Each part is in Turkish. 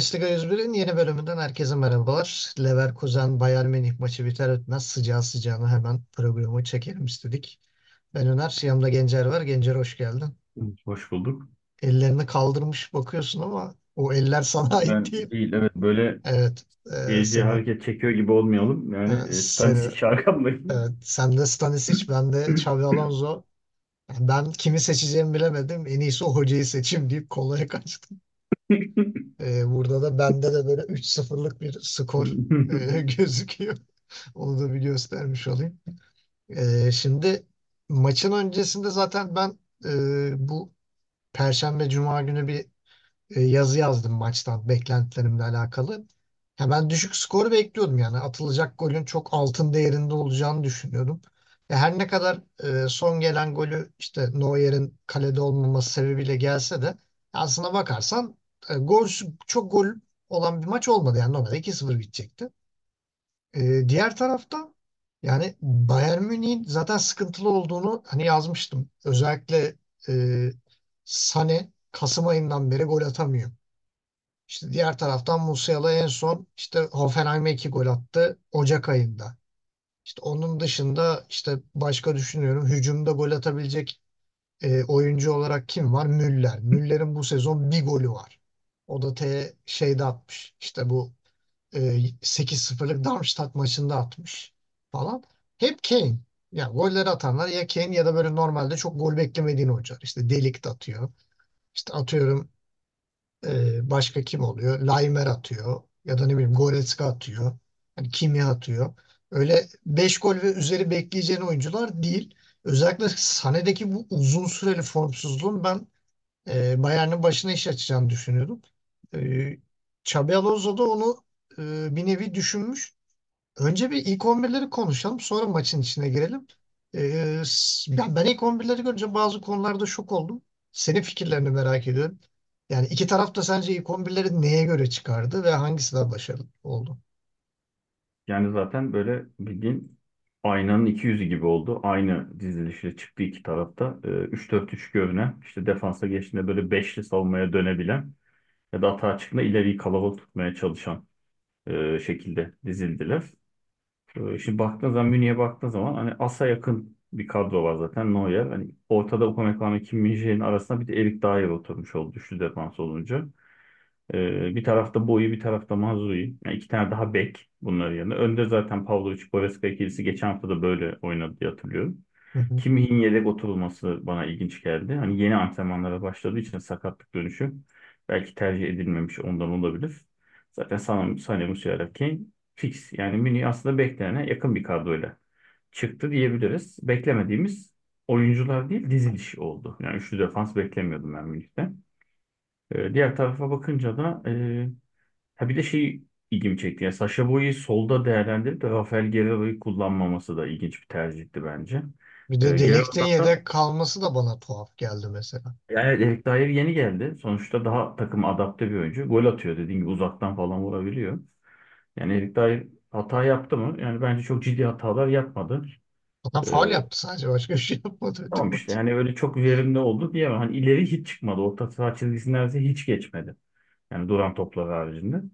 Bundesliga 101'in yeni bölümünden herkese merhabalar. Leverkusen Bayern Münih maçı biter bitmez sıcağı sıcağına hemen programı çekelim istedik. Ben Öner, yanımda Gencer var. Gencer hoş geldin. Hoş bulduk. Ellerini kaldırmış bakıyorsun ama o eller sana ait Ben değil. değil, evet, böyle Evet, seyirciye seni, hareket çekiyor gibi olmayalım. Yani seni, Stanistic arkamdayım. evet, sen de Stanisic, ben de Xabi Alonso. Yani ben kimi seçeceğimi bilemedim. En iyisi o hocayı seçeyim deyip kolaya kaçtım. Burada da bende de böyle 3-0'lık bir skor gözüküyor. Onu da bir göstermiş olayım. Şimdi maçın öncesinde zaten ben bu Perşembe Cuma günü bir yazı yazdım maçtan beklentilerimle alakalı. Ya ben düşük skoru bekliyordum, yani atılacak golün çok altın değerinde olacağını düşünüyordum. Ya her ne kadar son gelen golü işte Neuer'in kalede olmaması sebebiyle gelse de aslına bakarsan gol çok gol olan bir maç olmadı. Yani normalde 2-0 bitecekti. Diğer tarafta yani Bayern Münih'in zaten sıkıntılı olduğunu hani yazmıştım. Özellikle e, Sané Kasım ayından beri gol atamıyor. İşte diğer taraftan Musiala en son işte Hoffenheim'e 2 gol attı Ocak ayında. İşte onun dışında işte başka düşünüyorum. Hücumda gol atabilecek oyuncu olarak kim var? Müller. Müller'in bu sezon bir golü var. O da şeyde atmış. İşte bu 8-0'lık Darmstadt maçında atmış falan. Hep Kane. Yani golleri atanlar ya Kane ya da böyle normalde çok gol beklemediğin oyuncular. İşte De Ligt atıyor. İşte atıyorum başka kim oluyor? Laimer atıyor. Ya da ne bileyim Goretzka atıyor. Hani Kimi atıyor. Öyle 5 gol ve üzeri bekleyeceğin oyuncular değil. Özellikle Sané'deki bu uzun süreli formsuzluğun ben Bayern'in başına iş açacağını düşünüyordum. E, Xabi Alonso da onu bir nevi düşünmüş. Önce bir ilk 11'leri konuşalım. Sonra maçın içine girelim. Ben ilk 11'leri görünce bazı konularda şok oldum. Senin fikirlerini merak ediyorum. Yani iki taraf da sence ilk 11'leri neye göre çıkardı ve hangisi daha başarılı oldu? Yani zaten böyle bildiğin aynanın iki yüzü gibi oldu. Aynı dizilişle çıktı iki tarafta. 3-4-3 görünen, işte defansa geçtiğinde böyle beşli savunmaya dönebilen ya da atağa çıktığında ileriyi kalabalık tutmaya çalışan şekilde dizildiler. Şimdi baktığın zaman, Münih'e baktığın zaman hani As'a yakın bir kadro var zaten, Neuer. Hani ortada Upamecano, Kim Min-jae'nin arasında bir de Erik Dyer oturmuş oldu üçlü defans olunca. Bir tarafta Boyu, bir tarafta Mazraoui. Yani iki tane daha bek bunların yanında. Önde zaten Pavlovic, Goretzka ikilisi geçen hafta da böyle oynadı diye hatırlıyorum. Hı hı. Kimmih'in yedek oturulması bana ilginç geldi. Hani yeni antrenmanlara başladığı için sakatlık dönüşü belki tercih edilmemiş, ondan olabilir. Zaten Sané, Musiala, Kane fix. Yani Münih aslında beklenene yakın bir kadroyla çıktı diyebiliriz. Beklemediğimiz oyuncular değil, diziliş oldu. Yani üçlü defans beklemiyordum ben Münih'ten. Diğer tarafa bakınca da ha bir de şey ilgimi çekti. Yani Sacha Boey'i solda değerlendirip de Rafael Guerrero'yu kullanmaması da ilginç bir tercihti bence. Bir de Guerrero Delik'ten zaten, yedek kalması da bana tuhaf geldi mesela. yani Erik Dyer yeni geldi. Sonuçta daha takım adapte bir oyuncu. Gol atıyor, dediğin gibi uzaktan falan vurabiliyor. Yani Erik Dyer hata yaptı mı? Yani bence çok ciddi hatalar yapmadı. Zaten faul Ee, yaptı, sadece başka bir şey yapmadı. tamam işte, yani öyle çok verimli oldu diyemem. Hani ileri hiç çıkmadı. Orta saha çizgisi neredeyse hiç geçmedi. Yani duran toplar haricinde.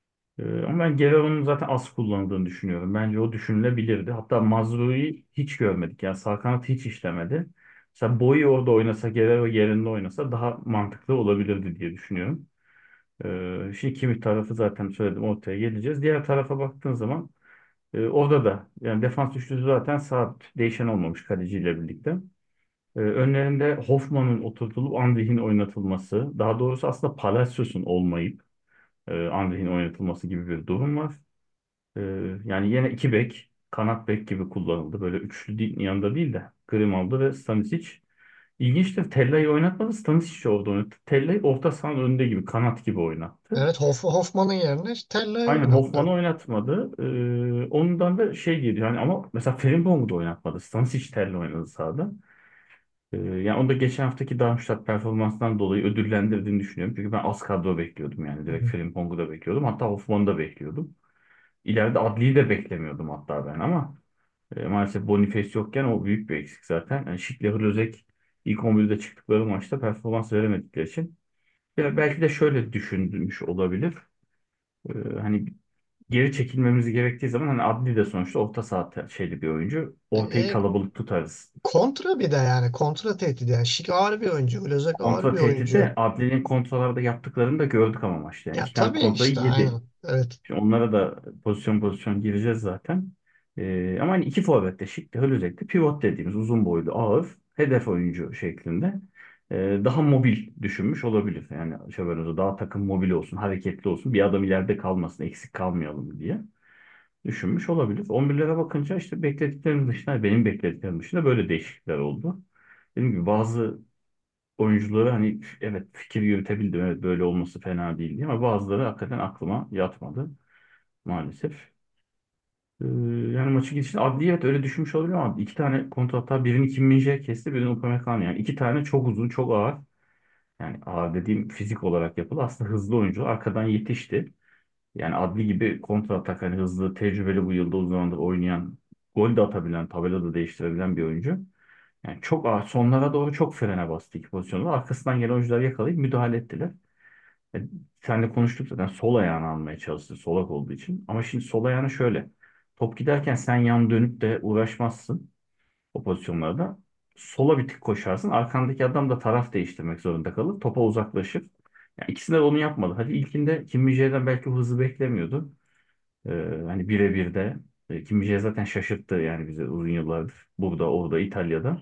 Ama ben Guerrero'nun zaten az kullanıldığını düşünüyorum. Bence o düşünülebilirdi. Hatta Mazraoui'yi hiç görmedik. Yani sağ kanat hiç işlemedi. Mesela Boyu orada oynasa, Guerrero yerinde oynasa daha mantıklı olabilirdi diye düşünüyorum. Şimdi kimi tarafı zaten söyledim, ortaya geleceğiz. Diğer tarafa baktığın zaman orada da yani defans üçlüsü zaten sabit. Değişen olmamış kaleciyle birlikte. Önlerinde Hoffman'ın oturtulup Andrich'in oynatılması. Daha doğrusu aslında Palacios'un olmayıp Andrich'in oynatılması gibi bir durum var. Ee, Yani yine iki bek, kanat bek gibi kullanıldı. Böyle üçlü yanında değil de Grimaldo ve Stanisic. İlginçtir. Tella'yı oynatmadı. Stanisic orada oynattı. Tella'yı orta sahanın önünde gibi, kanat gibi oynattı. Evet, Hoffman'ın yerine Tella'yı Aynen, oynattı. Hoffman'ı oynatmadı. Ondan da şey geliyor. Yani ama mesela Frimpong'u da oynatmadı. Stanisic Tella oynadı sahada. Yani onu da geçen haftaki Darmstadt performansından dolayı ödüllendirdiğini düşünüyorum. Çünkü ben az kadro bekliyordum yani. Hı Direkt hı. Frimpong'u da bekliyordum. Hatta Hoffman'ı da bekliyordum. İleride Adli'yi de beklemiyordum hatta ben, ama maalesef Boniface yokken o büyük bir eksik zaten. Yani Şik'le Hırlözek ilk 11'de çıktıkları maçta performans veremedikleri için. Ya belki de şöyle düşünmüş olabilir. Hani geri çekilmemiz gerektiği zaman hani Adli de sonuçta orta saha şeyli bir oyuncu. Ortayı E, kalabalık tutarız. kontra bir de yani kontra tehdidi. Yani Şik ağır bir oyuncu. Glazek ağır Kontra bir oyuncu. tehdidi Adli'nin kontralarda yaptıklarını da gördük ama maçta. Yani Ya iki tane tabii kontrayı işte yedi. aynen. Evet. Şimdi onlara da pozisyon gireceğiz zaten. Ama hani iki forvet de Şik de Hölüzek de pivot dediğimiz uzun boylu ağır hedef oyuncu şeklinde. Daha mobil düşünmüş olabilir. Yani Xabi Alonso daha takım mobil olsun, hareketli olsun. Bir adam ileride kalmasın, eksik kalmayalım diye düşünmüş olabilir. 11'lere bakınca işte beklediklerim dışında, benim beklediklerim dışında böyle değişiklikler oldu. Dediğim gibi bazı oyuncuları hani evet fikir yürütebildim. Evet böyle olması fena değil diye ama bazıları hakikaten aklıma yatmadı maalesef. Yani maçı gidişinde Adli evet öyle düşünmüş olabilir ama iki tane kontra hatta birini Kim Min-jae kesti birini Upamecano yani iki tane çok uzun çok ağır yani ağır dediğim fizik olarak yapılı aslında hızlı oyuncu arkadan yetişti. Yani Adli gibi kontra atak hani hızlı tecrübeli bu yılda uzun zamandır oynayan gol de atabilen tabela da değiştirebilen bir oyuncu. Yani çok ağır sonlara doğru çok frene bastı iki pozisyonda arkasından gelen oyuncular yakalayıp müdahale ettiler. E, Seninle konuştuk zaten sol ayağını almaya çalıştı solak olduğu için. Ama şimdi sol ayağını şöyle. Top giderken sen yan dönüp de uğraşmazsın o pozisyonlarda. Sola bir tık koşarsın. Arkandaki adam da taraf değiştirmek zorunda kalır. Topa uzaklaşır. Yani ikisinde de onu yapmadı. Hadi ilkinde Kim Min-jae'den belki o hızı beklemiyordu. Ee, Hani birebir de. Kim Min-jae zaten şaşırttı yani bize uzun yıllardır. Burada, orada, İtalya'da.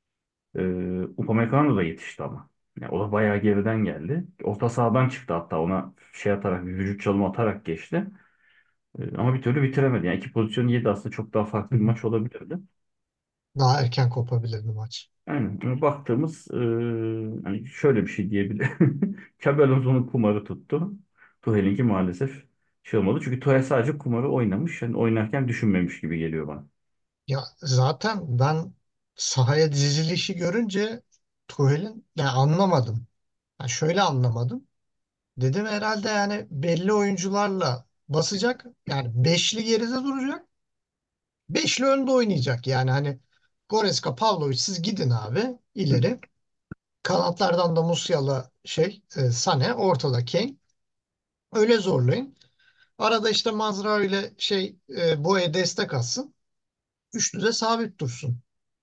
Upamecano da yetişti ama. Yani o da bayağı geriden geldi. Orta sahadan çıktı hatta ona şey atarak bir vücut çalımı atarak geçti. Ama bir türlü bitiremedi. Yani iki pozisyon yedi aslında çok daha Hı farklı bir hı. maç olabilirdi. Daha erken kopabilirdi maç. Aynen. Ama baktığımız hani şöyle bir şey diyebilirim. Xabi Alonso'nun kumarı tuttu. Tuchel'inki maalesef şey olmadı. Çünkü Tuchel sadece kumarı oynamış. Yani oynarken düşünmemiş gibi geliyor bana. Ya zaten ben sahaya dizilişi görünce Tuhel'in yani anlamadım. Yani şöyle anlamadım. Dedim herhalde yani belli oyuncularla basacak. Yani beşli geride duracak. Beşli önde oynayacak. Yani hani Goretzka, Pavlovic siz gidin abi ileri. Kanatlardan da Musiala Sané ortada Kane. Öyle zorlayın. Arada işte Mazraoui ile Boye destek atsın. Üçlü de sabit dursun.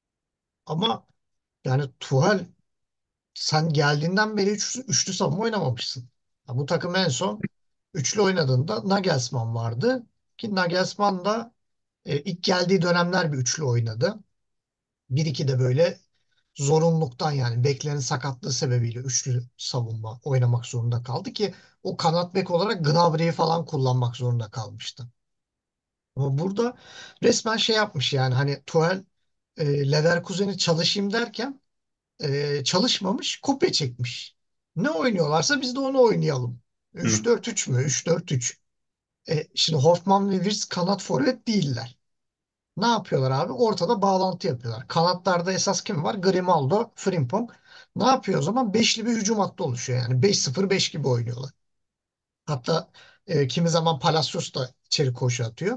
Ama yani Tuhal sen geldiğinden beri üçlü savunma oynamamışsın. Ya bu takım en son üçlü oynadığında Nagelsmann vardı. Ki Nagelsmann da ilk geldiği dönemler bir üçlü oynadı. Bir iki de böyle zorunluluktan yani beklerin sakatlığı sebebiyle üçlü savunma oynamak zorunda kaldı ki o kanat bek olarak Gnabry'i falan kullanmak zorunda kalmıştı. Ama burada resmen şey yapmış yani hani Tuchel Leverkusen'i çalışayım derken çalışmamış, kopya çekmiş. Ne oynuyorlarsa biz de onu oynayalım. Hı. 3-4-3 mü? 3-4-3. Şimdi Hoffman ve Wirtz kanat forvet değiller. Ne yapıyorlar abi? Ortada bağlantı yapıyorlar. Kanatlarda esas kim var? Grimaldo, Frimpong. Ne yapıyor o zaman? Beşli bir hücum hattı oluşuyor. Yani 5-0-5 gibi oynuyorlar. Hatta kimi zaman Palacios da içeri koşu atıyor.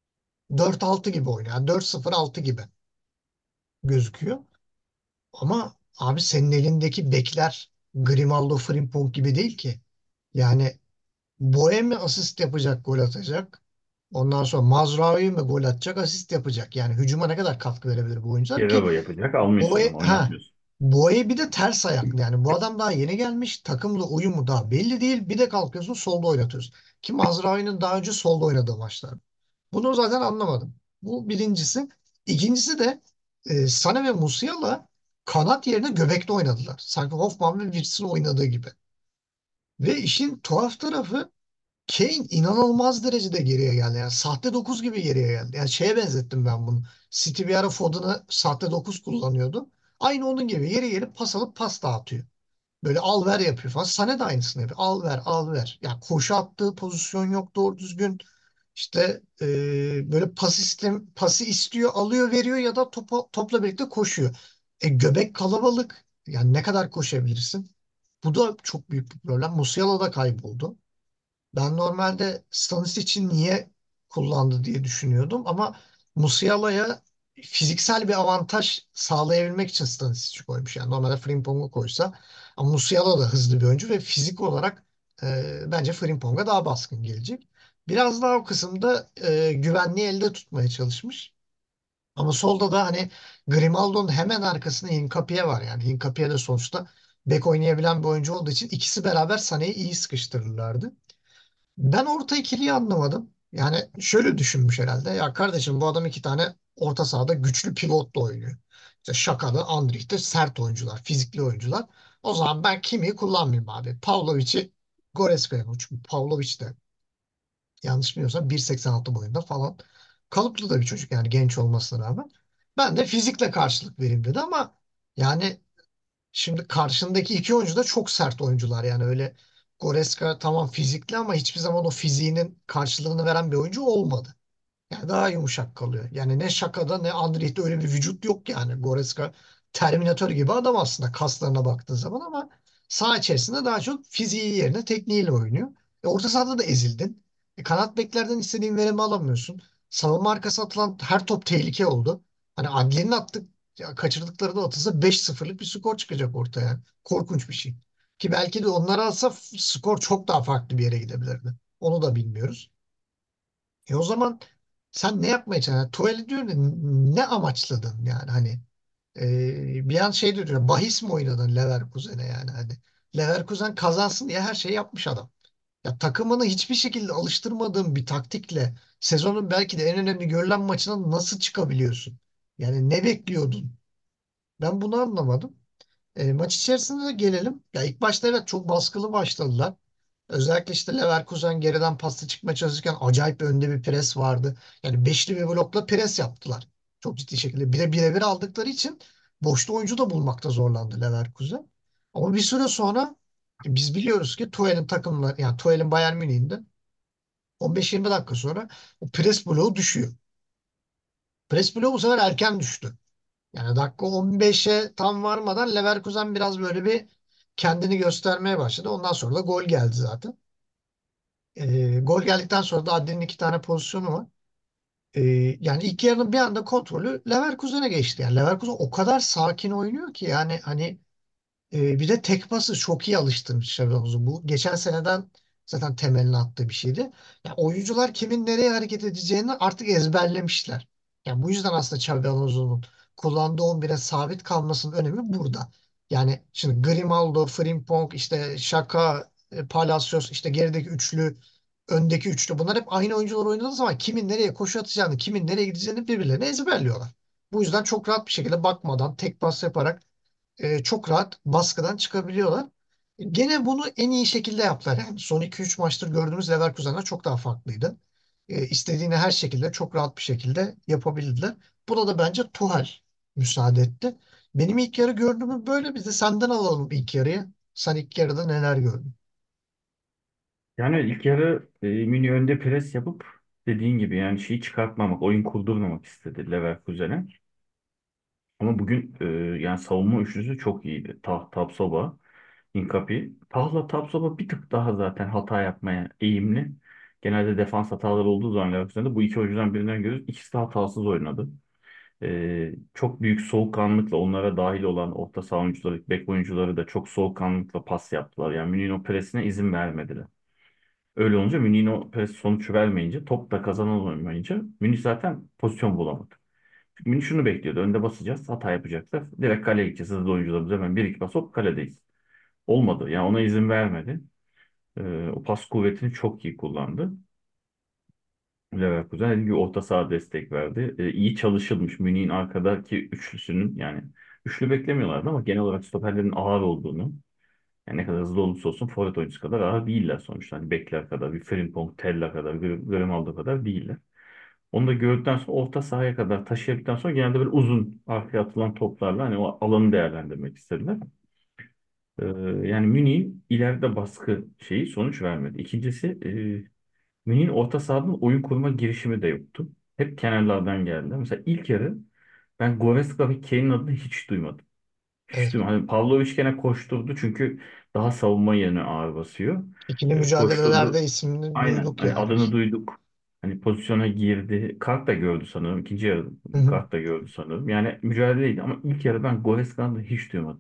4-6 gibi oynuyor. Yani 4-0-6 gibi gözüküyor. Ama abi senin elindeki bekler Grimaldo, Frimpong gibi değil ki. Yani Boye mi asist yapacak, gol atacak? Ondan sonra Mazraoui mi gol atacak, asist yapacak? Yani hücuma ne kadar katkı verebilir bu oyuncular ki Guerrero yapacak almıyorsun Boye ama ha oynatmıyorsun. Boye bir de ters ayaklı yani bu adam daha yeni gelmiş takımla uyumu daha belli değil bir de kalkıyorsun solda oynatıyorsun ki Mazraoui'nin daha önce solda oynadığı maçlar. Bunu zaten anlamadım. Bu birincisi. İkincisi de Sané ve Musiala kanat yerine göbekte oynadılar. Sanki Hoffman ve Wirtz'in oynadığı gibi. Ve işin tuhaf tarafı Kane inanılmaz derecede geriye geldi. Yani sahte 9 gibi geriye geldi. Yani şeye benzettim ben bunu. City bir ara Foden'ı sahte 9 kullanıyordu. Aynı onun gibi yere gelip pas alıp pas dağıtıyor. Böyle al ver yapıyor falan. Sané de aynısını yapıyor. Al ver al ver. Yani koşu attığı pozisyon yok doğru düzgün. İşte böyle pası istiyor, alıyor, veriyor ya da topla birlikte koşuyor. Göbek kalabalık. Yani ne kadar koşabilirsin? Bu da çok büyük bir problem. Musiala da kayboldu. Ben normalde için niye kullandı diye düşünüyordum ama Musiala'ya fiziksel bir avantaj sağlayabilmek için Stanisic koymuş. Yani normalde Frimpong'u koysa ama Musiala da hızlı bir oyuncu ve fizik olarak bence Frimpong'a daha baskın gelecek. Biraz daha o kısımda güvenliği elde tutmaya çalışmış. Ama solda da hani Grimaldo'nun hemen arkasında Hincapié var. Yani Hincapié de sonuçta bek oynayabilen bir oyuncu olduğu için ikisi beraber Sané'yi iyi sıkıştırırlardı. Ben orta ikiliyi anlamadım. Yani şöyle düşünmüş herhalde. Ya kardeşim bu adam iki tane orta sahada güçlü pivotla oynuyor. İşte Şaka'da, Andrich de sert oyuncular, fizikli oyuncular. O zaman ben kimi kullanmayayım abi? Pavlovic'i Goreska'ya koy. Çünkü Pavlovic de yanlış bilmiyorsam 1,86 boyunda falan. Kalıplı da bir çocuk yani genç olmasına rağmen. Ben de fizikle karşılık vereyim dedi ama yani şimdi karşındaki iki oyuncu da çok sert oyuncular. Yani öyle Goreska tamam fizikli ama hiçbir zaman o fiziğinin karşılığını veren bir oyuncu olmadı. Yani daha yumuşak kalıyor. Yani ne Şaka'da ne Andrich'te öyle bir vücut yok yani. Goretzka Terminator gibi adam aslında kaslarına baktığın zaman ama saha içerisinde daha çok fiziği yerine tekniğiyle oynuyor. Orta sahada da ezildin. Kanat beklerden istediğin verimi alamıyorsun. Savunma arkası atılan her top tehlike oldu. Hani Adli'nin kaçırdıkları da atılsa 5-0'lık bir skor çıkacak ortaya. Korkunç bir şey. Ki belki de onları alsa skor çok daha farklı bir yere gidebilirdi. Onu da bilmiyoruz. O zaman sen ne yapmaya çalışıyorsun? Yani tuvalet diyor da ne amaçladın yani hani bir an şey diyor bahis mi oynadın Leverkusen'e yani hani Leverkusen kazansın diye her şeyi yapmış adam. Ya takımını hiçbir şekilde alıştırmadığın bir taktikle sezonun belki de en önemli görülen maçına nasıl çıkabiliyorsun? Yani ne bekliyordun? Ben bunu anlamadım. Maç içerisinde de gelelim. Ya ilk başta evet çok baskılı başladılar. Özellikle işte Leverkusen geriden pasla çıkmaya çalışırken acayip önde bir pres vardı. Yani beşli bir blokla pres yaptılar. Çok ciddi şekilde. Bir de birebir aldıkları için boşta oyuncu da bulmakta zorlandı Leverkusen. Ama bir süre sonra biz biliyoruz ki Tuchel'in takımları yani Tuchel'in Bayern Münih'inde 15-20 dakika sonra o pres bloğu düşüyor. Pres bloğu bu sefer erken düştü. Yani dakika 15'e tam varmadan Leverkusen biraz böyle bir kendini göstermeye başladı. Ondan sonra da gol geldi zaten. Gol geldikten sonra da Adli'nin iki tane pozisyonu var. Ee, Yani ilk yarının bir anda kontrolü Leverkusen'e geçti. Yani Leverkusen o kadar sakin oynuyor ki yani hani bir de tek pası çok iyi alıştırmış Xabi Alonso. Bu geçen seneden zaten temelini attığı bir şeydi. Yani oyuncular kimin nereye hareket edeceğini artık ezberlemişler. Yani bu yüzden aslında Xabi Alonso'nun kullandığı 11'e sabit kalmasının önemi burada. Yani şimdi Grimaldo, Frimpong, işte Xhaka, Palacios, işte gerideki üçlü, öndeki üçlü bunlar hep aynı oyuncular oynadığı zaman kimin nereye koşu atacağını, kimin nereye gideceğini birbirlerine ezberliyorlar. Bu yüzden çok rahat bir şekilde bakmadan tek pas yaparak çok rahat baskıdan çıkabiliyorlar. Gene bunu en iyi şekilde yaptılar. Yani son 2-3 maçtır gördüğümüz Leverkusen'ler çok daha farklıydı. İstediğini her şekilde çok rahat bir şekilde yapabildiler. Buna da bence Tuchel müsaade etti. Benim ilk yarı gördüğümü böyle biz de senden alalım ilk yarıyı. Sen ilk yarıda neler gördün? Yani ilk yarı Münih önde pres yapıp dediğin gibi yani şeyi çıkartmamak, oyun kurdurmamak istedi Leverkusen'e. Ama bugün yani savunma üçlüsü çok iyiydi. Tapsoba, Hincapié. Tahla Tapsoba bir tık daha zaten hata yapmaya eğimli. Genelde defans hataları olduğu zaman Leverkusen'de bu iki oyuncudan birinden görüyoruz. İkisi de hatasız oynadı. Çok büyük soğukkanlılıkla onlara dahil olan orta saha oyuncuları, bek oyuncuları da çok soğukkanlılıkla pas yaptılar. Yani Münih'in o presine izin vermediler. Öyle olunca Münih'in o pres sonuç vermeyince, top da kazanılmayınca Münih zaten pozisyon bulamadı. Çünkü Münih şunu bekliyordu. Önde basacağız, hata yapacaklar. Direkt kaleye gideceğiz. Hızlı oyuncularımız hemen bir iki pas hop kaledeyiz. Olmadı. Yani ona izin vermedi. O pas kuvvetini çok iyi kullandı. Leverkusen dediğim gibi orta saha destek verdi. İyi çalışılmış Münih'in arkadaki üçlüsünün yani üçlü beklemiyorlardı ama genel olarak stoperlerin ağır olduğunu yani ne kadar hızlı olursa olsun forvet oyuncusu kadar ağır değiller sonuçta. Hani bekler kadar, bir Frimpong, Tella kadar, Grimaldo kadar değiller. Onu da gördükten sonra orta sahaya kadar taşıyabildıkten sonra genelde böyle uzun arkaya atılan toplarla hani o alanı değerlendirmek istediler. Ee, Yani Münih'in ileride baskı şeyi sonuç vermedi. İkincisi Münih'in orta sahadan oyun kurma girişimi de yoktu. Hep kenarlardan geldi. Mesela ilk yarı ben Goretzka ve Kane'in adını hiç duymadım. Hiç Evet. duymadım. Hani Pavlovic gene koşturdu çünkü daha savunma yerine ağır basıyor. İkili mücadelelerde Koşturdu. ismini Aynen. duyduk Hani yani. adını duyduk. Hani pozisyona girdi. Kart da gördü sanırım. İkinci yarı Hı hı. kart da gördü sanırım. Yani mücadeleydi ama ilk yarı ben Goretzka'nı da hiç duymadım.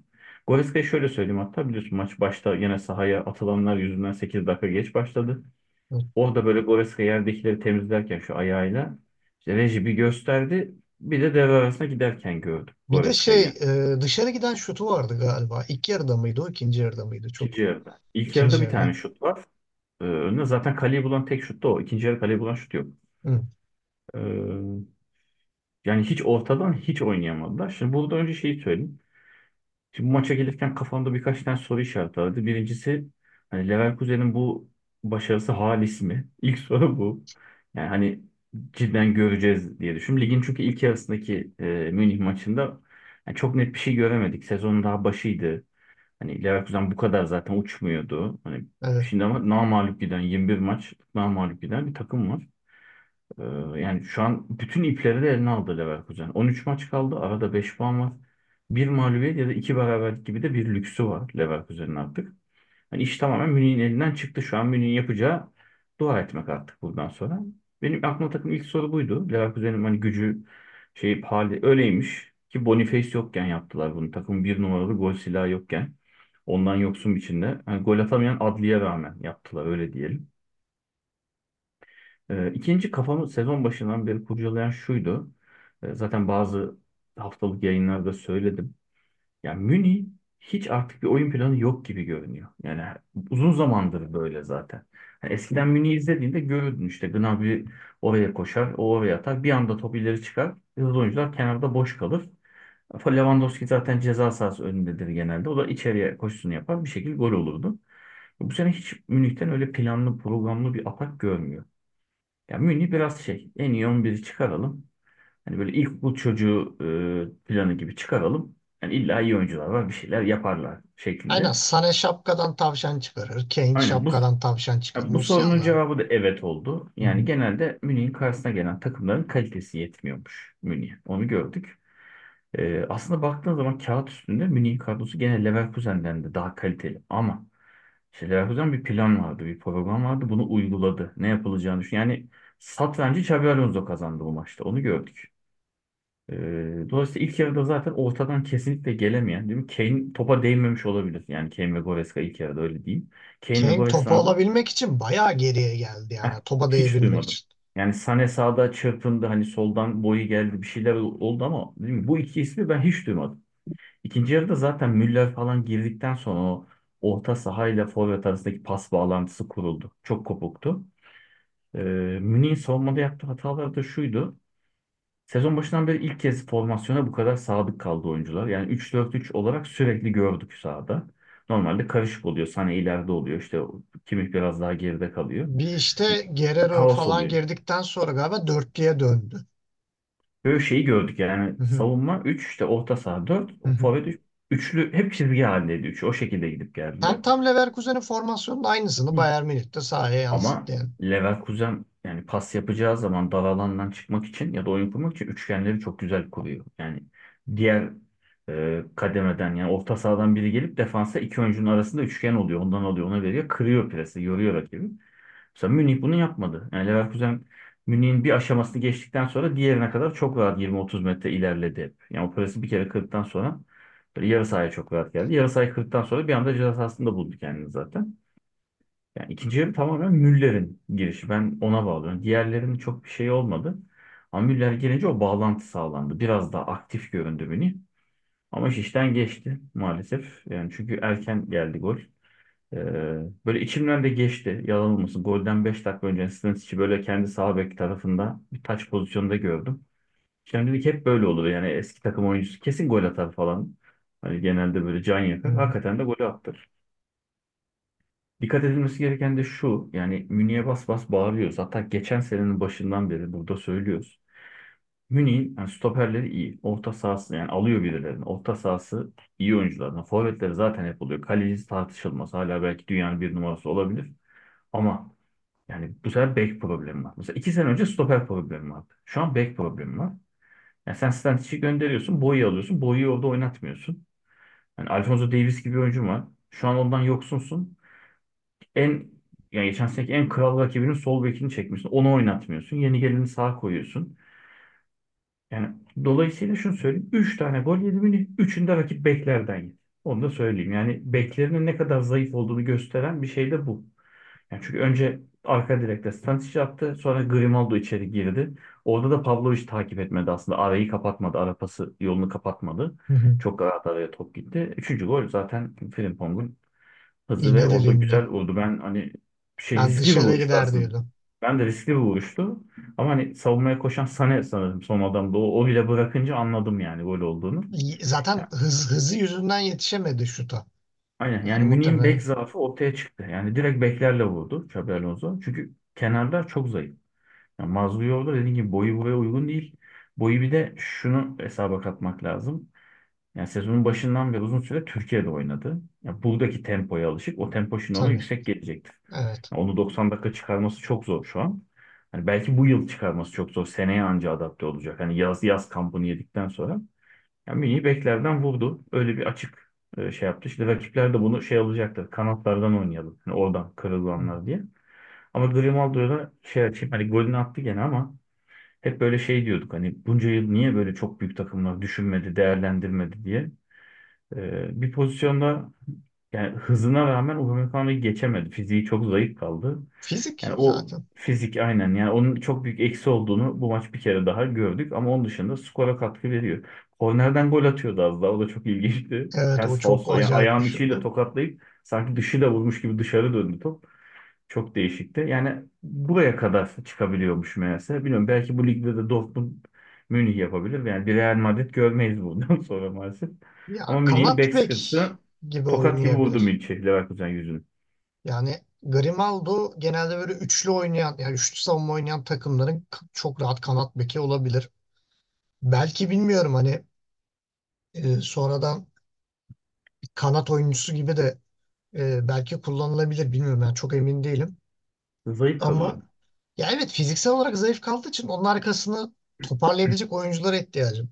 Goretzka'yı şöyle söyleyeyim, hatta biliyorsun maç başta yine sahaya atılanlar yüzünden 8 dakika geç başladı. Evet. Orada böyle Goretzka yerdekileri temizlerken şu ayağıyla işte reji bir gösterdi. Bir de devre arasına giderken gördüm Bir de Goreska'yı. dışarı giden şutu vardı galiba. İlk yarıda mıydı o, ikinci yarıda mıydı? İkinci Çok yarıda. İlk yarıda ikinci bir yarıda. tane şut var. Önüne zaten kaleyi bulan tek şut da o. İkinci yarı kaleyi bulan şut yok. Hı, Ee, Yani hiç ortadan hiç oynayamadılar. Şimdi burada önce şeyi söyleyeyim. Şimdi bu maça gelirken kafamda birkaç tane soru işareti vardı. Birincisi, hani Leverkusen'in bu başarısı halis mi? İlk soru bu. Yani hani cidden göreceğiz diye düşünüyorum. Ligin çünkü ilk yarısındaki Münih maçında yani çok net bir şey göremedik. Sezonun daha başıydı. Hani Leverkusen bu kadar zaten uçmuyordu. Hani evet. şimdi ama namağlup giden 21 maç namağlup giden bir takım var. Ee, Yani şu an bütün ipleri de eline aldı Leverkusen. 13 maç kaldı. Arada 5 puan var. Bir mağlubiyet ya da iki beraberlik gibi de bir lüksü var Leverkusen'in artık. Yani iş tamamen Münih'in elinden çıktı. Şu an Münih'in yapacağı dua etmek artık buradan sonra. Benim aklıma takım ilk soru buydu. Leverkusen'in hani gücü şey hali öyleymiş ki Boniface yokken yaptılar bunu. Takımın bir numaralı gol silahı yokken. Ondan yoksun biçimde. Yani gol atamayan Adli'ye rağmen yaptılar, öyle diyelim. İkinci kafamı sezon başından beri kurcalayan şuydu. Zaten bazı haftalık yayınlarda söyledim. Yani Münih hiç artık bir oyun planı yok gibi görünüyor. Yani uzun zamandır böyle zaten. Yani eskiden Münih'i izlediğinde görürdün işte Gnabry oraya koşar, o oraya atar. Bir anda top ileri çıkar. Hızlı oyuncular kenarda boş kalır. Lewandowski zaten ceza sahası önündedir genelde. O da içeriye koşusunu yapar. Bir şekilde gol olurdu. Bu sene hiç Münih'ten öyle planlı, programlı bir atak görmüyor. Yani Münih biraz şey, en iyi 11'i çıkaralım. Hani böyle ilkokul çocuğu planı gibi çıkaralım. Yani illa iyi oyuncular var, bir şeyler yaparlar Aynen, şeklinde. Sané şapkadan tavşan çıkarır. Kane Aynen şapkadan tavşan çıkarır. bu sorunun Musiala. cevabı da evet oldu. Hı Yani hı. genelde Münih'in karşısına gelen takımların kalitesi yetmiyormuş Münih. Onu gördük. Aslında baktığın zaman kağıt üstünde Münih'in kadrosu gene Leverkusen'den de daha kaliteli. Ama işte Leverkusen bir plan vardı, bir program vardı. Bunu uyguladı. Ne yapılacağını düşün. Yani satrancı Xabi Alonso kazandı bu maçta. Onu gördük. Dolayısıyla ilk yarıda zaten ortadan kesinlikle gelemeyen, değil mi? Kane topa değmemiş olabilir. Yani Kane ve Goretzka ilk yarıda, öyle diyeyim. Kane ve Kane topu Goreska'nın da alabilmek için bayağı geriye geldi heh, yani. Topa bak hiç değebilmek duymadım. için. Yani Sané sağda çırpındı, hani soldan boyu geldi, bir şeyler oldu ama değil mi? Bu iki ismi ben hiç duymadım. İkinci yarıda zaten Müller falan girdikten sonra o orta sahayla forvet arasındaki pas bağlantısı kuruldu. Çok kopuktu. Ee, Münih'in savunmada yaptığı hatalar da şuydu. Sezon başından beri ilk kez formasyona bu kadar sadık kaldı oyuncular. Yani 3-4-3 olarak sürekli gördük sahada. Normalde karışık oluyor. Sane ileride oluyor. İşte kimi biraz daha geride kalıyor. Bir işte Guerrero Kaos falan oluyor. girdikten sonra galiba dörtlüye döndü. Böyle şeyi gördük yani, Hı hı. savunma 3, işte orta saha 4, Hı hı. forvet 3, üçlü hep çizgi halindeydi. Üç. O şekilde gidip geldiler. Yani tam Leverkusen'in formasyonunun aynısını Hı. Bayern Münih'te sahaya Ama yansıttı yani. Leverkusen yani pas yapacağı zaman dar alandan çıkmak için ya da oyun kurmak için üçgenleri çok güzel kuruyor. Yani diğer kademeden, yani orta sahadan biri gelip defansa iki oyuncunun arasında üçgen oluyor. Ondan alıyor, ona veriyor. Kırıyor presi, yoruyor rakibi. Mesela Münih bunu yapmadı. Yani Leverkusen Münih'in bir aşamasını geçtikten sonra diğerine kadar çok rahat 20-30 metre ilerledi hep. Yani o presi bir kere kırdıktan sonra böyle yarı sahaya çok rahat geldi. Yarı sahayı kırdıktan sonra bir anda ceza sahasında buldu kendini zaten. Yani ikinci yarı tamamen Müller'in girişi. Ben ona bağlıyorum. Diğerlerinin çok bir şey olmadı. Ama Müller girince o bağlantı sağlandı. Biraz daha aktif göründü Münih. Ama iş işten geçti maalesef. Yani çünkü erken geldi gol. Böyle içimden de geçti. Yalan olmasın. Golden 5 dakika önce Stanisic'i böyle kendi sağ bek tarafında bir taç pozisyonunda gördüm. Şimdi dedik hep böyle olur. Yani eski takım oyuncusu kesin gol atar falan. Hani genelde böyle can Hı yakar. hı. Hakikaten de golü attı. Dikkat edilmesi gereken de şu. Yani Münih'e bas bas bağırıyoruz. Hatta geçen senenin başından beri burada söylüyoruz. Münih'in yani stoperleri iyi. Orta sahası yani alıyor birilerini. Orta sahası iyi oyunculardan. Forvetleri zaten hep oluyor. Kalecisi tartışılmaz. Hala belki dünyanın bir numarası olabilir. Ama yani bu sefer bek problemi var. Mesela 2 sene önce stoper problemi vardı. Şu an bek problemi var. Yani sen Stantic'i gönderiyorsun. Boyu alıyorsun. Boyu orada oynatmıyorsun. Yani Alphonso Davies gibi bir oyuncu var. Şu an ondan yoksunsun. En yani geçen seneki en kral rakibinin sol bekini çekmişsin. Onu oynatmıyorsun. Yeni geleni sağa koyuyorsun. Yani dolayısıyla şunu söyleyeyim. 3 tane gol yedi Münih. Üçünde rakip beklerden yedi. Onu da söyleyeyim. Yani beklerinin ne kadar zayıf olduğunu gösteren bir şey de bu. Yani çünkü önce arka direkte Stanisic attı. Sonra Grimaldo içeri girdi. Orada da Pavlovic takip etmedi aslında. Arayı kapatmadı. Ara pası yolunu kapatmadı. Hı hı. Çok rahat araya top gitti. Üçüncü gol zaten Frimpong'un hızı ve orada İğnelediğinde. güzel vurdu. Ben hani Ben riskli bir dışarıya vuruştu gider aslında. diyordum. Ben de riskli bir vuruştu. Ama hani savunmaya koşan Sané sanırım son adamda. O bile bırakınca anladım yani gol olduğunu. Zaten hızı yüzünden yetişemedi şuta. Aynen Yani yani Münih'in bek muhtemelen. zaafı ortaya çıktı. Yani direkt beklerle vurdu Xabi Alonso. Çünkü kenarlar çok zayıf. Yani Mazluyov'da dediğim gibi boyu buraya uygun değil. Boyu bir de şunu hesaba katmak lazım. Yani sezonun başından beri uzun süre Türkiye'de oynadı. Yani buradaki tempoya alışık. O tempo şimdi ona Tabii. yüksek gelecektir. Evet. Yani onu 90 dakika çıkarması çok zor şu an. Hani belki bu yıl çıkarması çok zor. Seneye anca adapte olacak. Hani yaz kampını yedikten sonra. Yani Münih'i beklerden vurdu. Öyle bir açık şey yaptı. İşte rakipler de bunu şey alacaktır. Kanatlardan oynayalım. Hani oradan kırılanlar diye. Ama Grimaldo'ya da şey açayım. Hani golünü attı gene ama hep böyle şey diyorduk. Hani bunca yıl niye böyle çok büyük takımlar düşünmedi, değerlendirmedi diye. Bir pozisyonda yani hızına rağmen Upamecano'yu geçemedi. Fiziği çok zayıf kaldı. Fizik Yani o zaten. fizik aynen yani onun çok büyük eksi olduğunu bu maç bir kere daha gördük ama onun dışında skora katkı veriyor. Kornerden gol atıyordu az daha. O da çok ilginçti. Evet, o Ters çok falso yani acayip bir ayağın şey. içiyle tokatlayıp sanki dışı da vurmuş gibi dışarı döndü top. Çok değişikti. Yani buraya kadar çıkabiliyormuş meğerse. Bilmiyorum belki bu ligde de Dortmund Münih yapabilir. Yani bir Real Madrid görmeyiz buradan sonra maalesef. Ya Ama Münih'in kanat bek bek sıkıntısı gibi tokat gibi vurdu oynayabilir. Münih'e Leverkusen yüzünü. Yani Grimaldo genelde böyle üçlü oynayan, yani üçlü savunma oynayan takımların çok rahat kanat beki olabilir. Belki bilmiyorum hani sonradan kanat oyuncusu gibi de belki kullanılabilir, bilmiyorum, ben çok emin değilim. Zayıf Ama kalıyor. ya evet, fiziksel olarak zayıf kaldığı için onun arkasını toparlayabilecek oyunculara ihtiyacım.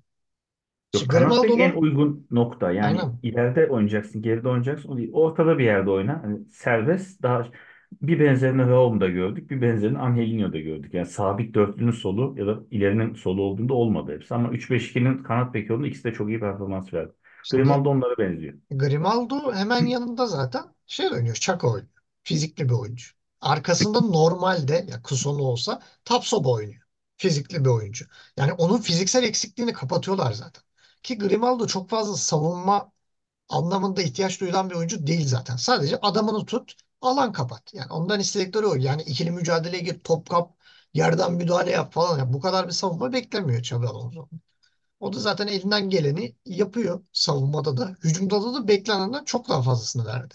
Yok İşte kanat bek en Grimaldo'nun uygun nokta. Yani aynen. ileride oynayacaksın, geride oynayacaksın. O değil. Ortada bir yerde oyna. Hani serbest. Daha bir benzerini Raum'da gördük. Bir benzerini Angelinho'da gördük. Yani sabit dörtlünün solu ya da ilerinin solu olduğunda olmadı hepsi. Ama 3-5-2'nin kanat beki olduğunda ikisi de çok iyi performans verdi. Şimdi Grimaldo onlara benziyor. Grimaldo hemen yanında zaten şey oynuyor. Çaka oynuyor. Fizikli bir oyuncu. Arkasında normalde ya Kusonu olsa Tapsoba oynuyor. Fizikli bir oyuncu. Yani onun fiziksel eksikliğini kapatıyorlar zaten. Ki Grimaldo çok fazla savunma anlamında ihtiyaç duyulan bir oyuncu değil zaten. Sadece adamını tut, alan kapat. Yani ondan istedikleri o. Yani ikili mücadeleye gir, top kap, yerden müdahale yap falan. Yani bu kadar bir savunma beklemiyor Xabi Alonso. O da zaten elinden geleni yapıyor savunmada da. Hücumda da beklenenden çok daha fazlasını verdi.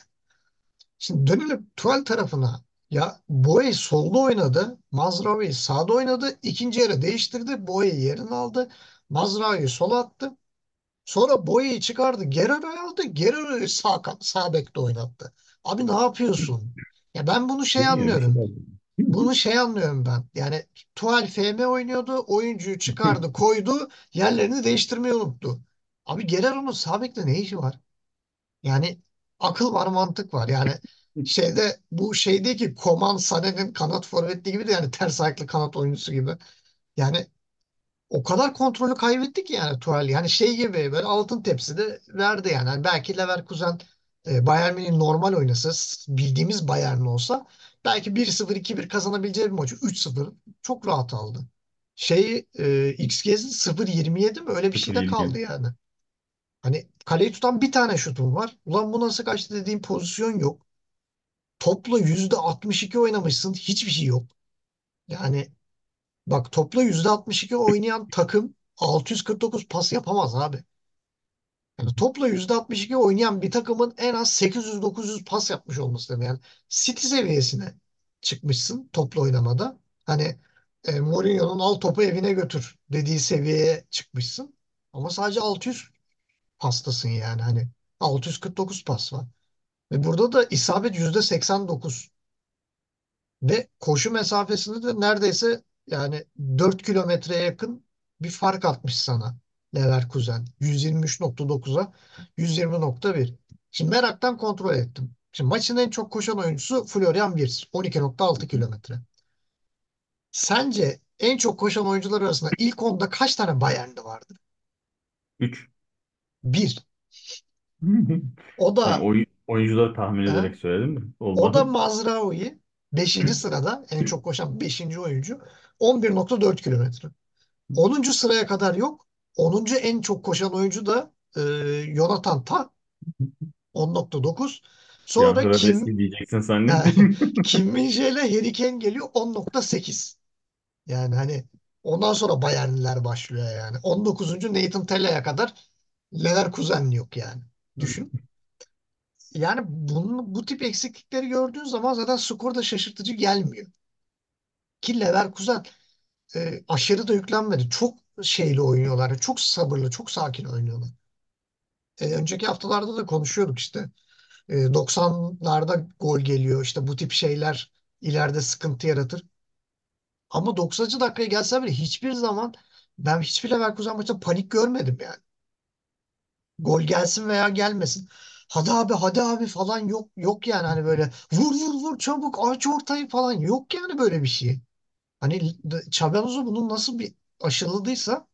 Şimdi dönelim Tuval tarafına. Ya Boye solda oynadı. Mazraoui sağda oynadı. İkinci yarı değiştirdi. Boye yerini aldı. Mazraoui sola attı. Sonra Boye'yi çıkardı. Guerrero'yu aldı. Guerrero'yu sağ bekte oynattı. Abi ne yapıyorsun? Ya ben bunu şey Bilmiyorum bir şey anlıyorum. lazım. Bunu şey anlıyorum ben. Yani Tuval FM oynuyordu. Oyuncuyu çıkardı, koydu. Yerlerini değiştirmeyi unuttu. Abi Guerrero'nun sağ bekte ne işi var? Yani akıl var, mantık var. Yani şeyde bu şeydeki Koman Sané'nin kanat forvetli gibi de, yani ters ayaklı kanat oyuncusu gibi. Yani o kadar kontrolü kaybetti ki yani Tuchel. Yani şey gibi böyle altın tepside verdi yani. Yani belki Leverkusen Bayern Münih normal oynasa, bildiğimiz Bayern olsa belki 1-0 2-1 kazanabileceği bir maçı 3-0 çok rahat aldı. Şey XG'si 0,27 mi, öyle bir şey de kaldı 0-27. yani. Hani kaleyi tutan bir tane şutum var. Ulan bu nasıl kaçtı dediğim pozisyon yok. Topla %62 oynamışsın, hiçbir şey yok. Yani bak, topla %62 oynayan takım 649 pas yapamaz abi. Yani topla %62 oynayan bir takımın en az 800-900 pas yapmış olması lazım. Yani City seviyesine çıkmışsın topla oynamada. Hani Mourinho'nun al topu evine götür dediği seviyeye çıkmışsın. Ama sadece 600 pastasın yani. Hani 649 pas var. Ve burada da isabet %89. Ve koşu mesafesinde de neredeyse yani 4 kilometreye yakın bir fark atmış sana Leverkusen. 123,9'a 120,1. Şimdi meraktan kontrol ettim. Şimdi maçın en çok koşan oyuncusu Florian Wirtz. 12,6 kilometre. Sence en çok koşan oyuncular arasında ilk onda kaç tane Bayern'de vardır? 3. Bir. O Yani da oyuncuları tahmin e, ederek söyledim mi? o da Olmadı. Mazraoui, beşinci sırada en çok koşan beşinci oyuncu, 11,4 kilometre. 10. sıraya kadar yok. 10. en çok koşan oyuncu da Jonathan Tah, 10,9. Ya Sonra Hrabeski diyeceksin e, zannettim. Kim Min-jae ile Harry Kane geliyor, 10,8. Yani hani ondan sonra Bayernliler başlıyor yani. 19. Nathan Tella'ya kadar Leverkusen yok yani. Düşün. Yani bu tip eksiklikleri gördüğün zaman zaten skor da şaşırtıcı gelmiyor. Ki Leverkusen aşırı da yüklenmedi. Çok şeyli oynuyorlar. Çok sabırlı, çok sakin oynuyorlar. Önceki haftalarda da konuşuyorduk işte. 90'larda gol geliyor. İşte bu tip şeyler ileride sıkıntı yaratır. Ama 90. dakikaya gelse bile hiçbir zaman ben hiçbir Leverkusen maçında panik görmedim yani. Gol gelsin veya gelmesin. Hadi abi, hadi abi falan yok yok yani, hani böyle vur vur vur çabuk aç ortayı falan yok yani, böyle bir şey. Hani Xabi Alonso bunu nasıl bir aşıladıysa,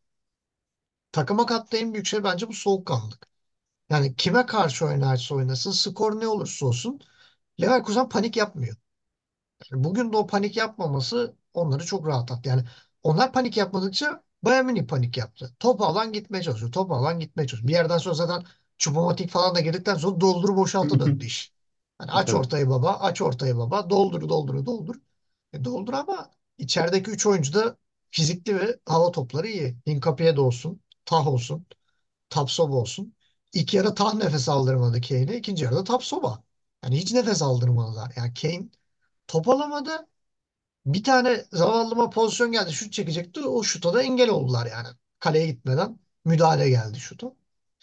takıma kattığı en büyük şey bence bu soğukkanlılık. Yani kime karşı oynarsa oynasın, skor ne olursa olsun, Leverkusen panik yapmıyor. Bugün de o panik yapmaması onları çok rahatlattı. Yani onlar panik yapmadıkça Bayern Münih panik yaptı. Topu alan gitmeye çalışıyor. Topu alan gitmeye çalışıyor. Bir yerden sonra zaten Choupo-Moting falan da girdikten sonra doldur boşalta döndü iş. Yani aç Tabii. ortayı baba, aç ortayı baba, doldur doldur doldur. Doldur ama içerideki 3 oyuncu da fizikli ve hava topları iyi. Hincapié de olsun, Tah olsun, Tapsoba olsun. İlk yarı Tah nefes aldırmadı Kane'e. İkinci yarıda Tapsoba. Yani hiç nefes aldırmadılar. Yani Kane top alamadı. Bir tane zavallıma pozisyon geldi. Şut çekecekti. O şuta da engel oldular yani. Kaleye gitmeden müdahale geldi şutu.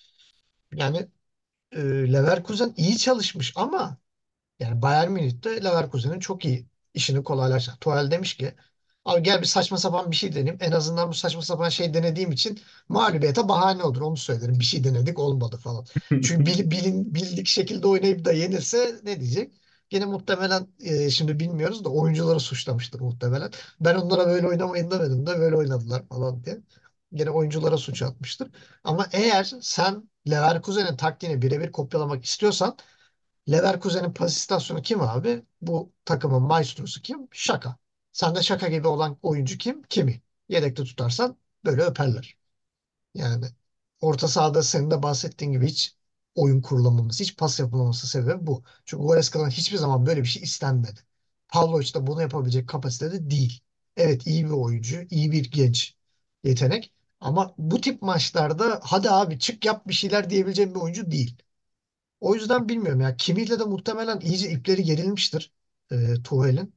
Yani Leverkusen iyi çalışmış ama yani Bayern Münih de Leverkusen'in çok iyi işini kolaylaştırdı. Tuchel demiş ki abi gel bir saçma sapan bir şey deneyim. En azından bu saçma sapan şey denediğim için mağlubiyete bahane olur. Onu söylerim. Bir şey denedik olmadı falan. Çünkü bildik şekilde oynayıp da yenirse ne diyecek? Gene muhtemelen şimdi bilmiyoruz da oyuncuları suçlamıştır muhtemelen. Ben onlara böyle oynamayın demedim de böyle oynadılar falan diye. Gene oyunculara suç atmıştır. Ama eğer sen Leverkusen'in taktiğini birebir kopyalamak istiyorsan, Leverkusen'in pas istasyonu kim abi? Bu takımın maestrosu kim? Şaka. Sen de Şaka gibi olan oyuncu kim? Kimi? Yedekte tutarsan böyle öperler. Yani orta sahada senin de bahsettiğin gibi hiç oyun kurulamaması, hiç pas yapılmaması sebebi bu. Çünkü Goretzka'dan hiçbir zaman böyle bir şey istenmedi. Pavlovic da bunu yapabilecek kapasitede değil. Evet, iyi bir oyuncu, iyi bir genç yetenek. Ama bu tip maçlarda hadi abi çık yap bir şeyler diyebileceğim bir oyuncu değil. O yüzden bilmiyorum ya. Kimiyle de muhtemelen iyice ipleri gerilmiştir Tuchel'in.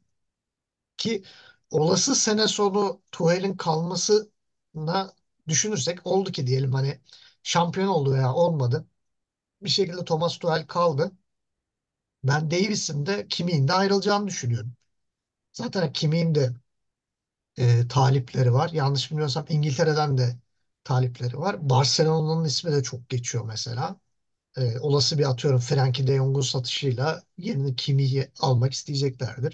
Ki olası sene sonu Tuchel'in kalmasına düşünürsek, oldu ki diyelim, hani şampiyon oldu veya olmadı. Bir şekilde Thomas Tuchel kaldı. Ben Davis'in de Kimi'nin de ayrılacağını düşünüyorum. Zaten Kimi'nin de talipleri var. Yanlış bilmiyorsam İngiltere'den de talipleri var. Barcelona'nın ismi de çok geçiyor mesela. Olası bir, atıyorum, Frenkie de Jong'un satışıyla yerini Kimi'yi almak isteyeceklerdir.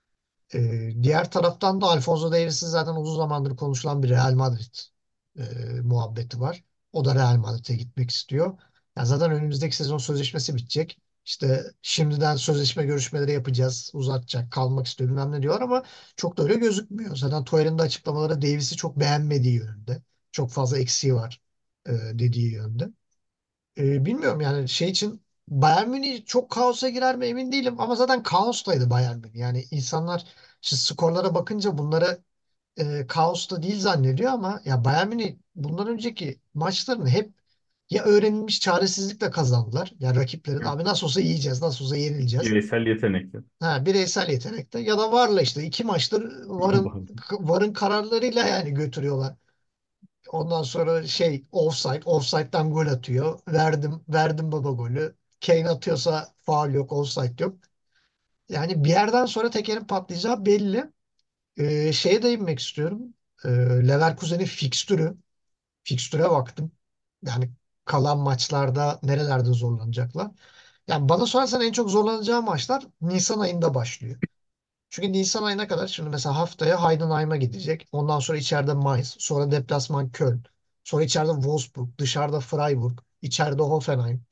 Diğer taraftan da Alphonso Davies'in zaten uzun zamandır konuşulan bir Real Madrid e, muhabbeti var. O da Real Madrid'e gitmek istiyor. Yani zaten önümüzdeki sezon sözleşmesi bitecek. İşte şimdiden sözleşme görüşmeleri yapacağız, uzatacak, kalmak istiyor bilmem ne diyor ama çok da öyle gözükmüyor. Zaten Tuchel'in de açıklamaları Davies'i çok beğenmediği yönünde. Çok fazla eksiği var dediği yönde. Bilmiyorum yani şey için Bayern Münih çok kaosa girer mi emin değilim ama zaten kaostaydı Bayern Münih. Yani insanlar şimdi skorlara bakınca bunları kaosta değil zannediyor ama ya Bayern Münih bundan önceki maçlarını hep ya öğrenilmiş çaresizlikle kazandılar. Yani rakiplerin Evet. abi nasıl olsa yiyeceğiz, nasıl olsa yenileceğiz. Bireysel yetenekli. Ha, bireysel yetenekte ya da varla işte iki maçtır varın kararlarıyla yani götürüyorlar. Ondan sonra şey offside, offside'den gol atıyor. Verdim baba golü. Kane atıyorsa faul yok, offside yok. Yani bir yerden sonra tekerin patlayacağı belli. Şeye değinmek istiyorum. Leverkusen'in fikstürü. Fikstüre baktım. Yani kalan maçlarda nerelerde zorlanacaklar. Yani bana sorarsan en çok zorlanacağı maçlar Nisan ayında başlıyor. Çünkü Nisan ayına kadar, şimdi mesela haftaya Heidenheim'a gidecek. Ondan sonra içeride Mainz. Sonra deplasman Köln. Sonra içeride Wolfsburg. Dışarıda Freiburg. İçeride Hoffenheim.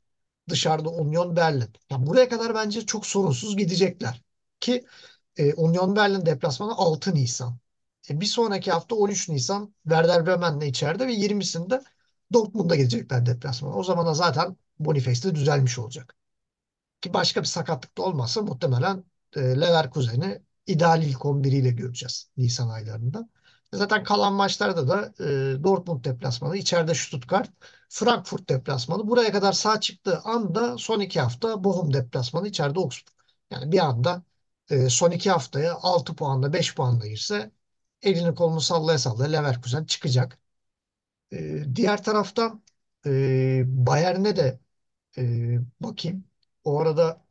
Dışarıda Union Berlin. Ya buraya kadar bence çok sorunsuz gidecekler. Ki Union Berlin deplasmanı 6 Nisan. Bir sonraki hafta 13 Nisan Werder Bremen'le içeride ve 20'sinde Dortmund'a gidecekler deplasmana. O zamana zaten Boniface de düzelmiş olacak. Ki başka bir sakatlık da olmazsa muhtemelen Leverkusen'i ideal ilk 11'iyle göreceğiz Nisan aylarında. Zaten kalan maçlarda da Dortmund deplasmanı, içeride Stuttgart, Frankfurt deplasmanı. Buraya kadar sağ çıktığı anda son 2 hafta Bochum deplasmanı, içeride Augsburg. Yani bir anda son 2 haftaya 6 puanla 5 puanla girse elini kolunu sallaya sallaya Leverkusen çıkacak. Diğer taraftan Bayern'e de bakayım. O arada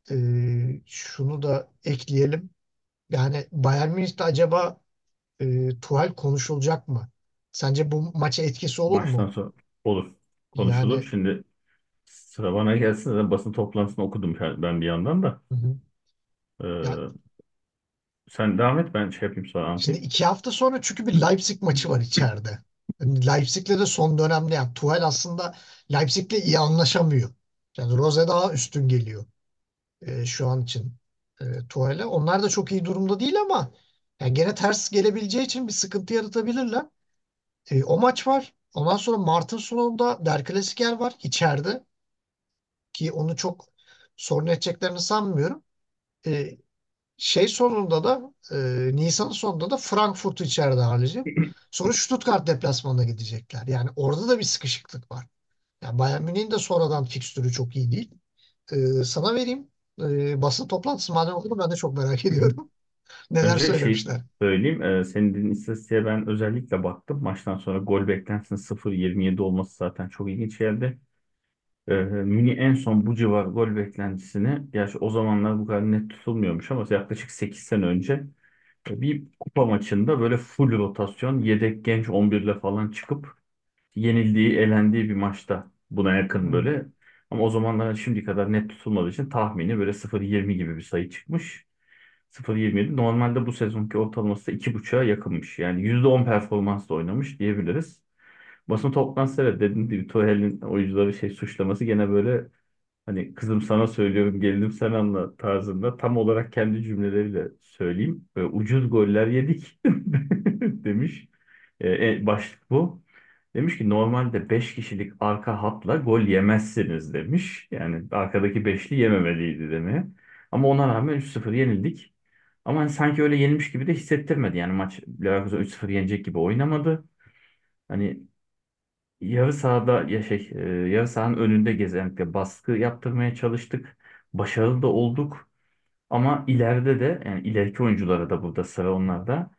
şunu da ekleyelim. Yani Bayern Münih'te acaba Tuchel konuşulacak mı? Sence bu maça etkisi olur Maçtan mu? sonra olur. Konuşulur. Yani Şimdi sıra bana gelsin. Zaten basın toplantısını okudum ben bir yandan da. hı hı. Ya Ee, sen devam et, ben şey yapayım sonra şimdi anlatayım. 2 hafta sonra çünkü bir Leipzig maçı var içeride. Yani Leipzig'le de son dönemde, yani Tuchel aslında Leipzig'le iyi anlaşamıyor. Yani Rose daha üstün geliyor şu an için Tuchel'e. Onlar da çok iyi durumda değil ama yani gene ters gelebileceği için bir sıkıntı yaratabilirler. O maç var. Ondan sonra Mart'ın sonunda Der Klassiker var içeride, ki onu çok sorun edeceklerini sanmıyorum. E, Şey sonunda da Nisan'ın sonunda da Frankfurt'u içeride ağırlayacak. Sonra Stuttgart deplasmanına gidecekler. Yani orada da bir sıkışıklık var. Yani Bayern Münih'in de sonradan fikstürü çok iyi değil. Sana vereyim. Basın toplantısı madem oldu, ben de çok merak ediyorum. Neler Önce şey söylemişler. söyleyeyim. Senin dediğin istatistiğe ben özellikle baktım. Maçtan sonra gol beklentisinin 0,27 olması zaten çok ilginç geldi. Münih en son bu civar gol beklentisini, gerçi o zamanlar bu kadar net tutulmuyormuş ama yaklaşık 8 sene önce bir kupa maçında böyle full rotasyon yedek genç 11 ile falan çıkıp yenildiği, elendiği bir maçta buna yakın Hmm. böyle. Ama o zamanlar şimdiği kadar net tutulmadığı için tahmini böyle 0,20 gibi bir sayı çıkmış. 0,27. Normalde bu sezonki ortalaması da 2,5'a yakınmış. Yani %10 performansla oynamış diyebiliriz. Basın toplantısı, evet, dediğim gibi Tuchel'in oyuncuları şey suçlaması gene böyle, hani kızım sana söylüyorum gelinim sen anla tarzında, tam olarak kendi cümleleriyle söyleyeyim. Ucuz goller yedik demiş. Başlık bu. Demiş ki normalde 5 kişilik arka hatla gol yemezsiniz demiş. Yani arkadaki beşli yememeliydi demeye. Ama ona rağmen 3-0 yenildik. Ama hani sanki öyle yenilmiş gibi de hissettirmedi. Yani maç Leverkusen 3-0 yenecek gibi oynamadı. Hani yarı sahada yarı sahanın önünde gezenlikle baskı yaptırmaya çalıştık. Başarılı da olduk. Ama ileride de, yani ileriki oyunculara da burada sıra onlarda.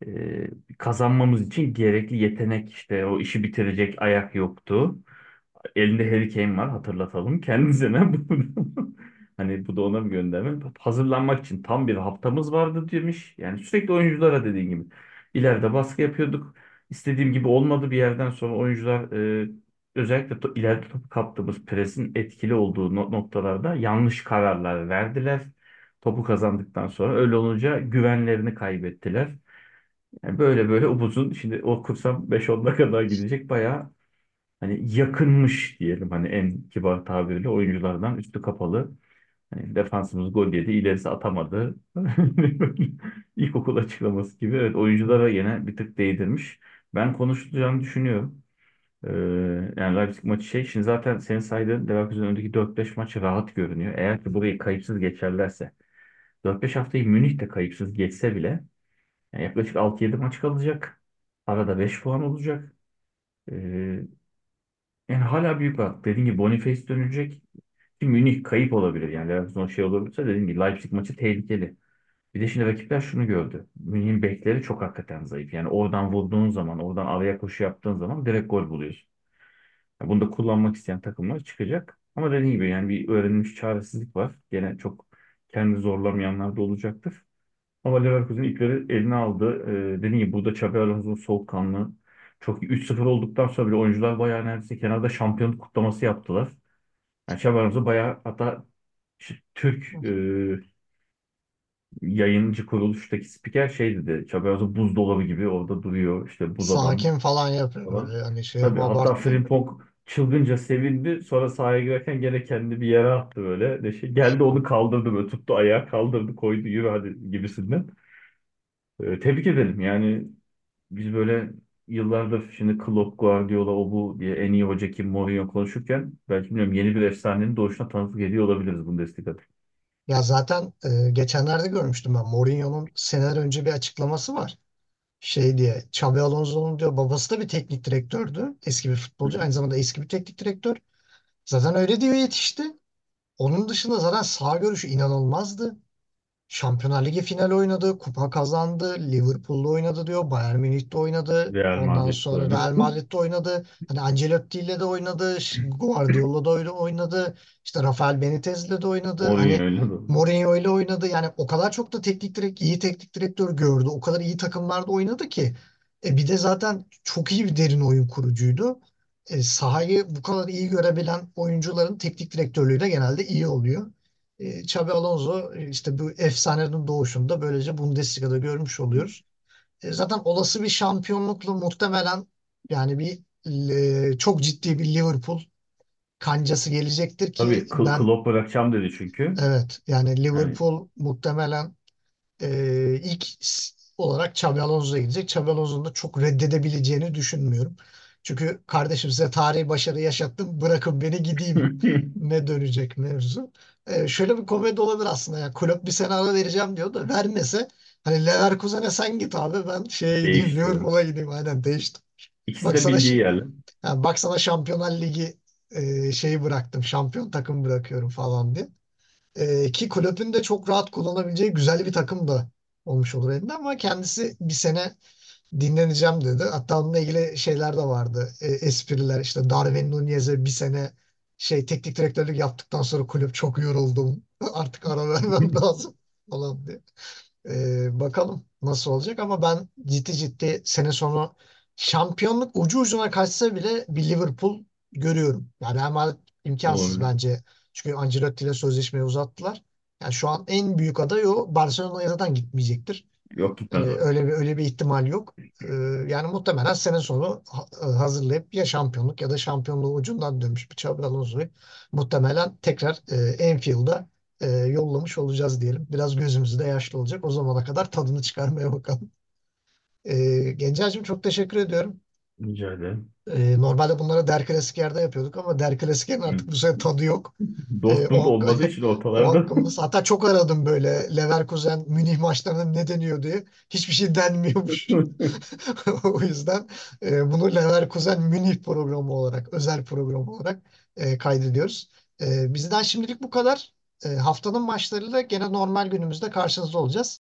Kazanmamız için gerekli yetenek, işte o işi bitirecek ayak yoktu. Elinde Harry Kane var, hatırlatalım kendisine. Hani bu da ona bir gönderme. Hazırlanmak için tam bir haftamız vardı demiş. Yani sürekli oyunculara dediğin gibi. İleride baskı yapıyorduk. İstediğim gibi olmadı bir yerden sonra oyuncular, özellikle ileride topu kaptığımız presin etkili olduğu noktalarda yanlış kararlar verdiler. Topu kazandıktan sonra öyle olunca güvenlerini kaybettiler. Yani böyle böyle upuzun, şimdi okursam 5-10 kadar gidecek, bayağı hani yakınmış diyelim, hani en kibar tabirle oyunculardan üstü kapalı. Hani defansımız gol yedi, ilerisi atamadı. İlkokul açıklaması gibi. Evet, oyunculara yine bir tık değdirmiş. Ben konuşulacağını düşünüyorum. Ee, yani Leipzig maçı şey, şimdi zaten senin saydığın Leverkusen'in öndeki 4-5 maç rahat görünüyor. Eğer ki burayı kayıpsız geçerlerse, 4-5 haftayı Münih de kayıpsız geçse bile yani yaklaşık 6-7 maç kalacak. Arada 5 puan olacak. Ee, yani hala büyük fark. Dediğim gibi Boniface dönecek. Ki Münih kayıp olabilir. Yani Leverkusen şey olursa, dediğim gibi Leipzig maçı tehlikeli. Bir de şimdi rakipler şunu gördü. Münih'in bekleri çok hakikaten zayıf. Yani oradan vurduğun zaman, oradan araya koşu yaptığın zaman direkt gol buluyorsun. Yani bunu da kullanmak isteyen takımlar çıkacak. Ama dediğim gibi yani bir öğrenilmiş çaresizlik var. Gene çok kendi zorlamayanlar da olacaktır. Ama Leverkusen ipleri eline aldı. Dediğim gibi burada Xabi Alonso'nun soğukkanlı, çok iyi. 3-0 olduktan sonra bile oyuncular bayağı neredeyse kenarda şampiyonluk kutlaması yaptılar. Yani Xabi Alonso bayağı, hatta işte Türk yayıncı kuruluştaki spiker şey dedi. Xabi Alonso buzdolabı gibi orada duruyor. İşte buz adam Sakin falan yapıyor falan. böyle, hani şey Tabii, yapma, hatta abartmayın. Frimpong çılgınca sevindi. Sonra sahaya girerken gene kendini bir yere attı böyle. Geldi onu kaldırdı böyle. Tuttu ayağı kaldırdı koydu yürü hadi gibisinden. Tebrik edelim. Yani biz böyle yıllardır şimdi Klopp, Guardiola o bu diye en iyi hoca kim Mourinho konuşurken belki bilmiyorum yeni bir efsanenin doğuşuna tanıklık ediyor olabiliriz Bundesliga'da. Ya zaten geçenlerde görmüştüm ben. Mourinho'nun seneler önce bir açıklaması var. Şey diye, Xabi Alonso'nun diyor babası da bir teknik direktördü. Eski bir futbolcu. Aynı zamanda eski bir teknik direktör. Zaten öyle diyor yetişti. Onun dışında zaten sağ görüşü inanılmazdı. Şampiyonlar Ligi finali oynadı, kupa kazandı, Liverpool'da oynadı diyor, Bayern Münih'te oynadı, Real ondan Madrid'de sonra Real oynadı. Madrid'de oynadı. Hani Ancelotti ile de oynadı, Guardiola'da öyle oynadı, işte Rafael Benitez'le de oynadı. Mourinho Hani oynadı. Mourinho ile oynadı. Yani o kadar çok da iyi teknik direktör gördü. O kadar iyi takımlarda oynadı ki. Bir de zaten çok iyi bir derin oyun kurucuydu. Sahayı bu kadar iyi görebilen oyuncuların teknik direktörlüğü de genelde iyi oluyor. Xabi Alonso işte bu efsanenin doğuşunda böylece Bundesliga'da görmüş oluyoruz. Zaten olası bir şampiyonlukla muhtemelen yani çok ciddi bir Liverpool kancası gelecektir ki Tabii ben Klopp bırakacağım dedi çünkü. evet yani Yani Liverpool muhtemelen olarak Xabi Alonso'ya gidecek. Xabi Alonso'nun da çok reddedebileceğini düşünmüyorum. Çünkü kardeşim size tarihi başarı yaşattım bırakın beni gideyim ne dönecek mevzu. Şöyle bir komedi olabilir aslında ya. Kulüp bir sene ara vereceğim diyor da vermese hani Leverkusen'e sen git abi ben şeye gideyim değişti. Liverpool'a gideyim aynen değiştim. İkisi Bak de sana bildiği yerler. bak sana Şampiyonlar Ligi şeyi bıraktım şampiyon takım bırakıyorum falan diye. Ki kulübün de çok rahat kullanabileceği güzel bir takım da olmuş olur elinde ama kendisi bir sene dinleneceğim dedi. Hatta onunla ilgili şeyler de vardı. Espriler işte Darwin Nunez'e bir sene teknik direktörlük yaptıktan sonra kulüp çok yoruldum. Artık ara vermem lazım falan diye. Bakalım nasıl olacak ama ben ciddi ciddi sene sonu şampiyonluk ucu ucuna kaçsa bile bir Liverpool görüyorum. Yani Real Madrid imkansız Olabilir. bence. Çünkü Ancelotti ile sözleşmeyi uzattılar. Yani şu an en büyük aday o. Barcelona'ya zaten gitmeyecektir. Yok gitmez o. Öyle bir ihtimal yok. Yani muhtemelen sene sonu hazırlayıp ya şampiyonluk ya da şampiyonluğu ucundan dönmüş bir Xabi Alonso'yu muhtemelen tekrar Anfield'a yollamış olacağız diyelim. Biraz gözümüzü de yaşlı olacak. O zamana kadar tadını çıkarmaya bakalım. Gencer'cim çok teşekkür ediyorum. Rica ederim. Normalde bunları Der Klasikler'de yapıyorduk ama Der Klasikler'in Hı. artık bu sene tadı yok. Dortmund O, olmadığı için o ortalarda. hakkımız. Hatta çok aradım böyle Leverkusen Münih maçlarına ne deniyor diye. Hiçbir şey denmiyormuş. O yüzden bunu Leverkusen Münih programı olarak, özel program olarak kaydediyoruz. Bizden şimdilik bu kadar. Haftanın maçlarıyla gene normal günümüzde karşınızda olacağız.